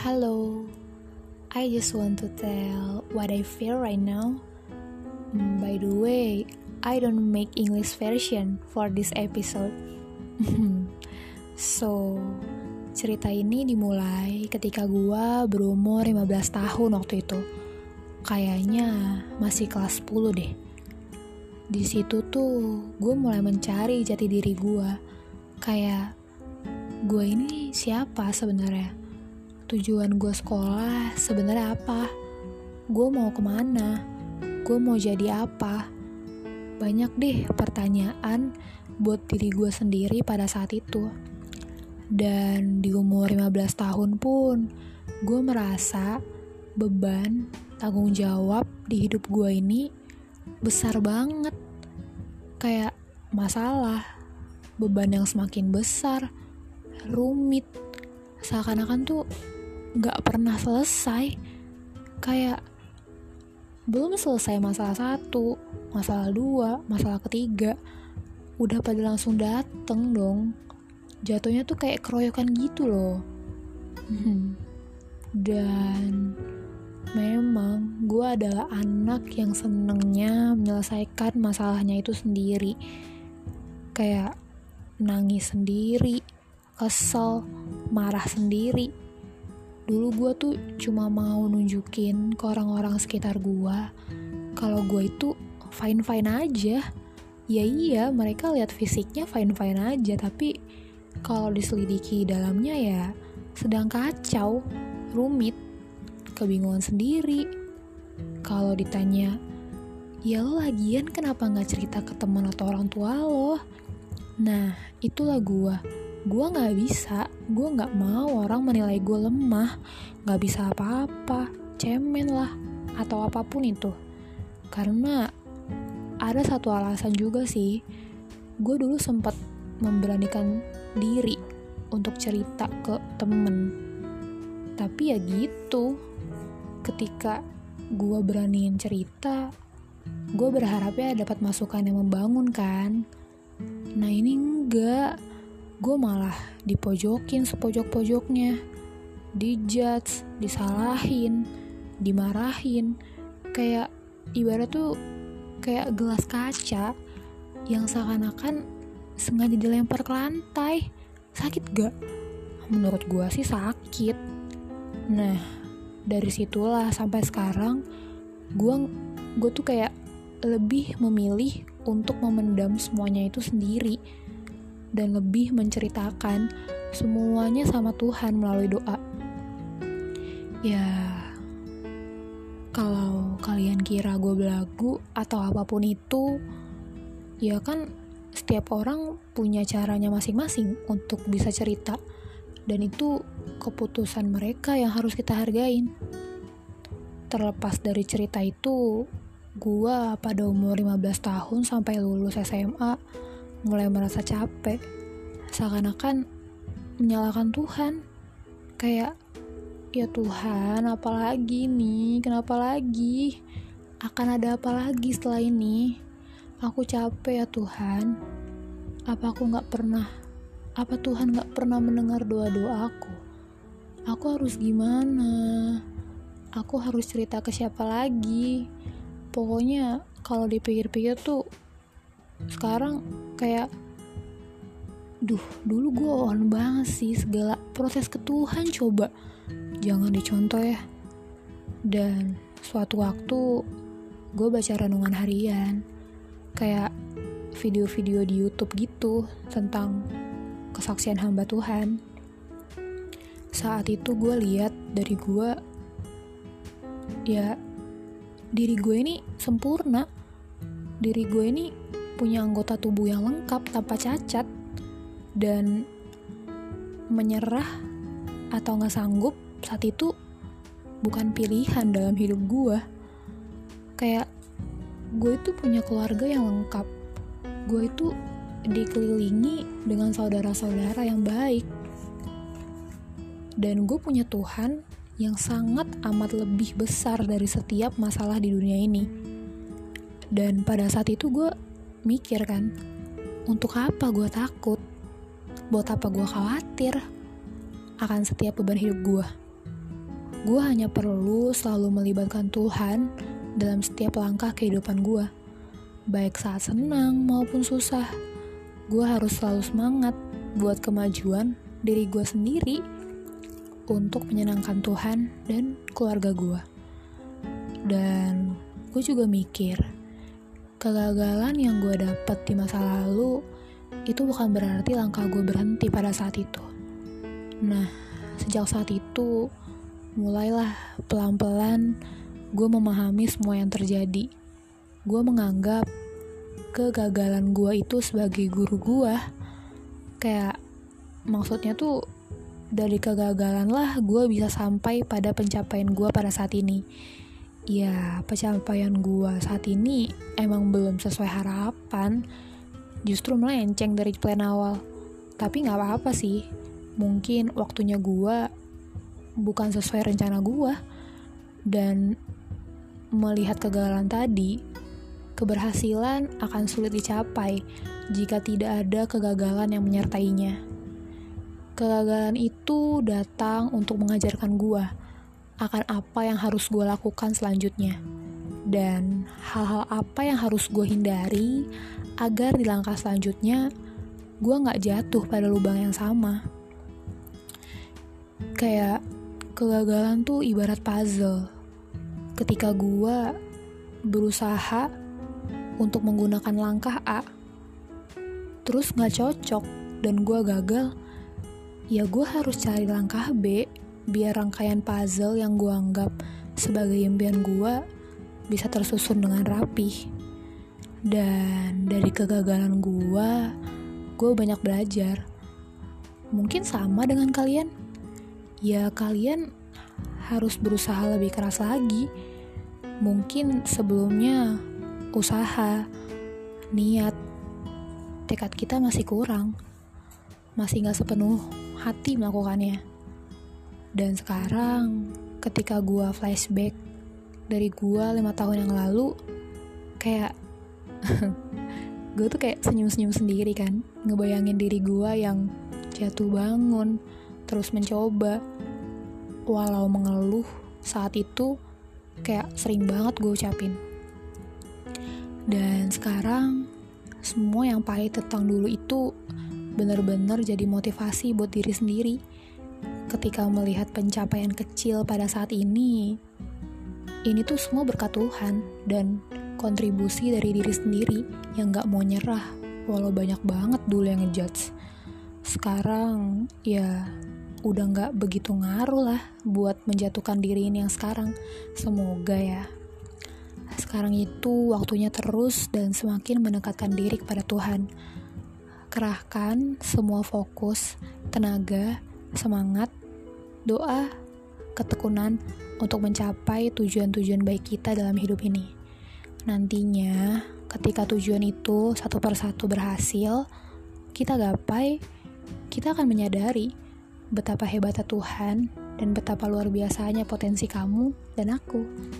Hello, I just want to tell what I feel right now. By the way, I don't make English version for this episode. So, cerita ini dimulai ketika gua berumur 15 tahun waktu itu. Kayaknya masih kelas 10 deh. Di situ tuh gue mulai mencari jati diri gue. Kayak gue ini siapa sebenarnya? Tujuan gue sekolah sebenarnya apa? Gue mau kemana? Gue mau jadi apa? Banyak deh pertanyaan buat diri gue sendiri pada saat itu. Dan di umur 15 tahun pun gue merasa beban, tanggung jawab di hidup gue ini besar banget. Kayak masalah, beban yang semakin besar, rumit, seakan-akan tuh gak pernah selesai. Kayak belum selesai masalah 1, masalah 2, masalah ketiga, udah pada langsung dateng dong. Jatuhnya tuh kayak keroyokan gitu loh. Dan memang gue adalah anak yang senengnya menyelesaikan masalahnya itu sendiri. Kayak nangis sendiri, kesel, marah sendiri. Dulu gue tuh cuma mau nunjukin ke orang-orang sekitar gue kalau gue itu fine-fine aja. Ya iya, mereka lihat fisiknya fine-fine aja, tapi kalau diselidiki dalamnya ya sedang kacau, rumit, kebingungan sendiri. Kalau ditanya, ya lo lagian kenapa gak cerita ke teman atau orang tua lo? Nah, itulah gue gak bisa, gue gak mau orang menilai gue lemah, gak bisa apa-apa, cemen lah, atau apapun itu. Karena ada satu alasan juga sih, gue dulu sempat memberanikan diri untuk cerita ke temen. Tapi ya gitu, ketika gue beraniin cerita, gue berharapnya dapat masukan yang membangun kan. Nah ini enggak, gue malah dipojokin sepojok-pojoknya, dijudge, disalahin, dimarahin. Kayak ibarat tuh kayak gelas kaca yang seakan-akan sengaja dilempar ke lantai. Sakit gak? Menurut gue sih sakit. Nah, dari situlah sampai sekarang gue tuh kayak lebih memilih untuk memendam semuanya itu sendiri dan lebih menceritakan semuanya sama Tuhan melalui doa. Ya, kalau kalian kira gue belagu atau apapun itu, ya kan setiap orang punya caranya masing-masing untuk bisa cerita, dan itu keputusan mereka yang harus kita hargain. Terlepas dari cerita itu, gue pada umur 15 tahun sampai lulus SMA mulai merasa capek, seakan-akan menyalahkan Tuhan. Kayak, ya Tuhan, apalagi nih? Kenapa lagi? Akan ada apa lagi setelah ini? Aku capek ya Tuhan. Apa Tuhan gak pernah mendengar doa-doa aku? Aku harus gimana? Aku harus cerita ke siapa lagi? Pokoknya kalau dipikir-pikir tuh sekarang kayak dulu gue on banget sih segala proses ke Tuhan. Coba jangan dicontoh ya. Dan suatu waktu gue baca renungan harian, kayak video-video di YouTube gitu tentang kesaksian hamba Tuhan. Saat itu gue lihat dari gue, ya diri gue ini sempurna, diri gue ini punya anggota tubuh yang lengkap tanpa cacat, dan menyerah atau gak sanggup saat itu bukan pilihan dalam hidup gue. Kayak gue itu punya keluarga yang lengkap, gue itu dikelilingi dengan saudara-saudara yang baik, dan gue punya Tuhan yang sangat amat lebih besar dari setiap masalah di dunia ini. Dan pada saat itu gue mikir kan, untuk apa gue takut? Buat apa gue khawatir akan setiap beban hidup gue? Gue hanya perlu selalu melibatkan Tuhan dalam setiap langkah kehidupan gue. Baik saat senang maupun susah, gue harus selalu semangat buat kemajuan diri gue sendiri untuk menyenangkan Tuhan dan keluarga gue. Dan gue juga mikir, kegagalan yang gue dapet di masa lalu itu bukan berarti langkah gue berhenti pada saat itu. Nah, sejak saat itu mulailah pelan-pelan gue memahami semua yang terjadi. Gue menganggap kegagalan gue itu sebagai guru gue. Kayak maksudnya tuh dari kegagalan lah gue bisa sampai pada pencapaian gue pada saat ini. Ya, pencapaian gue saat ini emang belum sesuai harapan, justru melenceng dari plan awal. Tapi gak apa-apa sih, mungkin waktunya gue bukan sesuai rencana gue. Dan melihat kegagalan tadi, keberhasilan akan sulit dicapai jika tidak ada kegagalan yang menyertainya. Kegagalan itu datang untuk mengajarkan gue akan apa yang harus gue lakukan selanjutnya, dan hal-hal apa yang harus gue hindari agar di langkah selanjutnya gue gak jatuh pada lubang yang sama. Kayak kegagalan tuh ibarat puzzle. Ketika gue berusaha untuk menggunakan langkah A, terus gak cocok dan gue gagal, ya gue harus cari langkah B biar rangkaian puzzle yang gue anggap sebagai impian gue bisa tersusun dengan rapih. Dan dari kegagalan gue banyak belajar. Mungkin sama dengan kalian. Ya kalian harus berusaha lebih keras lagi. Mungkin sebelumnya usaha, niat, tekad kita masih kurang, masih gak sepenuh hati melakukannya. Dan sekarang ketika gue flashback dari gue 5 tahun yang lalu, kayak gue tuh kayak senyum-senyum sendiri kan, ngebayangin diri gue yang jatuh bangun, terus mencoba, walau mengeluh saat itu kayak sering banget gue ucapin. Dan sekarang semua yang pahit tentang dulu itu benar-benar jadi motivasi buat diri sendiri. Ketika melihat pencapaian kecil pada saat ini tuh semua berkat Tuhan dan kontribusi dari diri sendiri yang gak mau nyerah walau banyak banget dulu yang ngejudge. Sekarang ya udah gak begitu ngaruh lah buat menjatuhkan diri ini yang sekarang. Semoga ya. Sekarang itu waktunya terus dan semakin mendekatkan diri kepada Tuhan. Kerahkan semua fokus, tenaga, semangat, doa, ketekunan untuk mencapai tujuan-tujuan baik kita dalam hidup ini. Nantinya ketika tujuan itu satu persatu berhasil kita gapai, kita akan menyadari betapa hebatnya Tuhan dan betapa luar biasanya potensi kamu dan aku.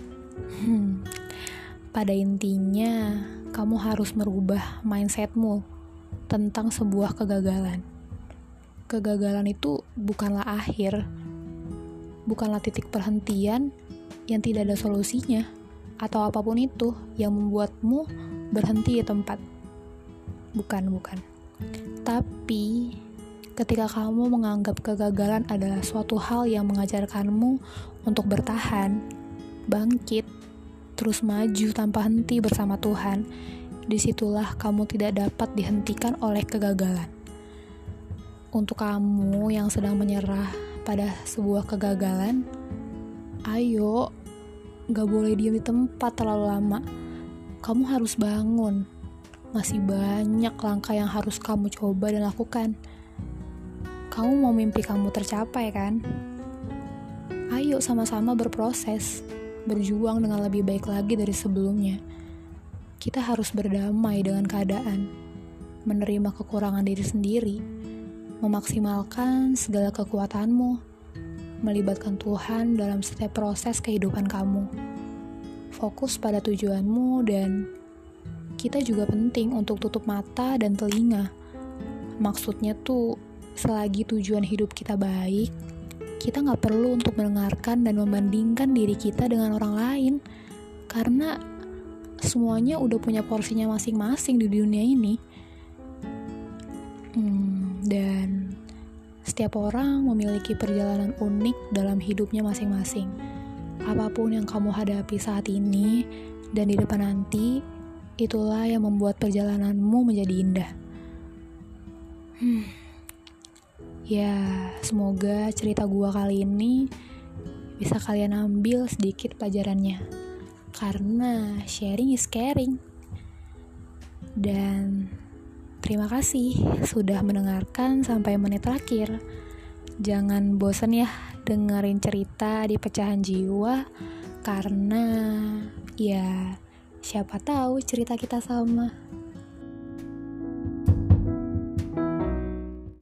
Pada intinya, kamu harus merubah mindsetmu tentang sebuah kegagalan. Kegagalan itu bukanlah akhir, bukanlah titik perhentian yang tidak ada solusinya, atau apapun itu yang membuatmu berhenti di tempat. Bukan. Tapi ketika kamu menganggap kegagalan adalah suatu hal yang mengajarkanmu untuk bertahan, bangkit, terus maju tanpa henti bersama Tuhan, disitulah kamu tidak dapat dihentikan oleh kegagalan. Untuk kamu yang sedang menyerah pada sebuah kegagalan, ayo, gak boleh diam di tempat terlalu lama. Kamu harus bangun. Masih banyak langkah yang harus kamu coba dan lakukan. Kamu mau mimpi kamu tercapai kan? Ayo sama-sama berproses, berjuang dengan lebih baik lagi dari sebelumnya. Kita harus berdamai dengan keadaan, menerima kekurangan diri sendiri, memaksimalkan segala kekuatanmu, melibatkan Tuhan dalam setiap proses kehidupan kamu. Fokus pada tujuanmu, dan kita juga penting untuk tutup mata dan telinga. Maksudnya tuh, selagi tujuan hidup kita baik, kita nggak perlu untuk mendengarkan dan membandingkan diri kita dengan orang lain, karena semuanya udah punya porsinya masing-masing di dunia ini. Dan setiap orang memiliki perjalanan unik dalam hidupnya masing-masing. Apapun yang kamu hadapi saat ini dan di depan nanti, itulah yang membuat perjalananmu menjadi indah. Ya, semoga cerita gua kali ini bisa kalian ambil sedikit pelajarannya. Karena sharing is caring. Dan terima kasih sudah mendengarkan sampai menit terakhir. Jangan bosan ya dengerin cerita di Pecahan Jiwa, karena ya siapa tahu cerita kita sama.